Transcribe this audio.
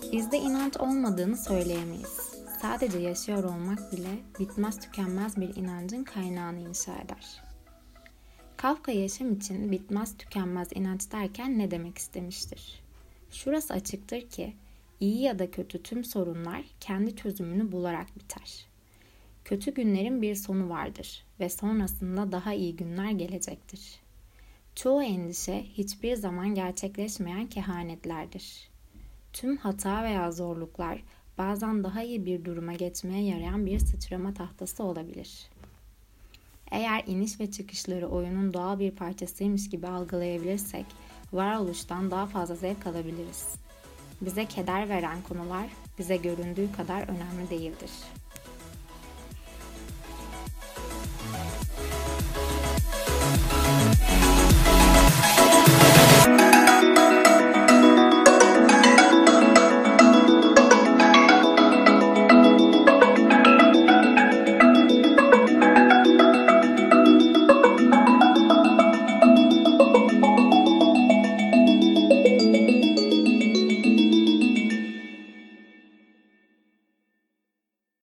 Bizde inanç olmadığını söyleyemeyiz. Sadece yaşıyor olmak bile bitmez tükenmez bir inancın kaynağını inşa eder. Kafka yaşam için bitmez tükenmez inanç derken ne demek istemiştir? Şurası açıktır ki, iyi ya da kötü tüm sorunlar kendi çözümünü bularak biter. Kötü günlerin bir sonu vardır ve sonrasında daha iyi günler gelecektir. Çoğu endişe hiçbir zaman gerçekleşmeyen kehanetlerdir. Tüm hata veya zorluklar bazen daha iyi bir duruma geçmeye yarayan bir sıçrama tahtası olabilir. Eğer iniş ve çıkışları oyunun doğal bir parçasıymış gibi algılayabilirsek, varoluştan daha fazla zevk alabiliriz. Bize keder veren konular bize göründüğü kadar önemli değildir.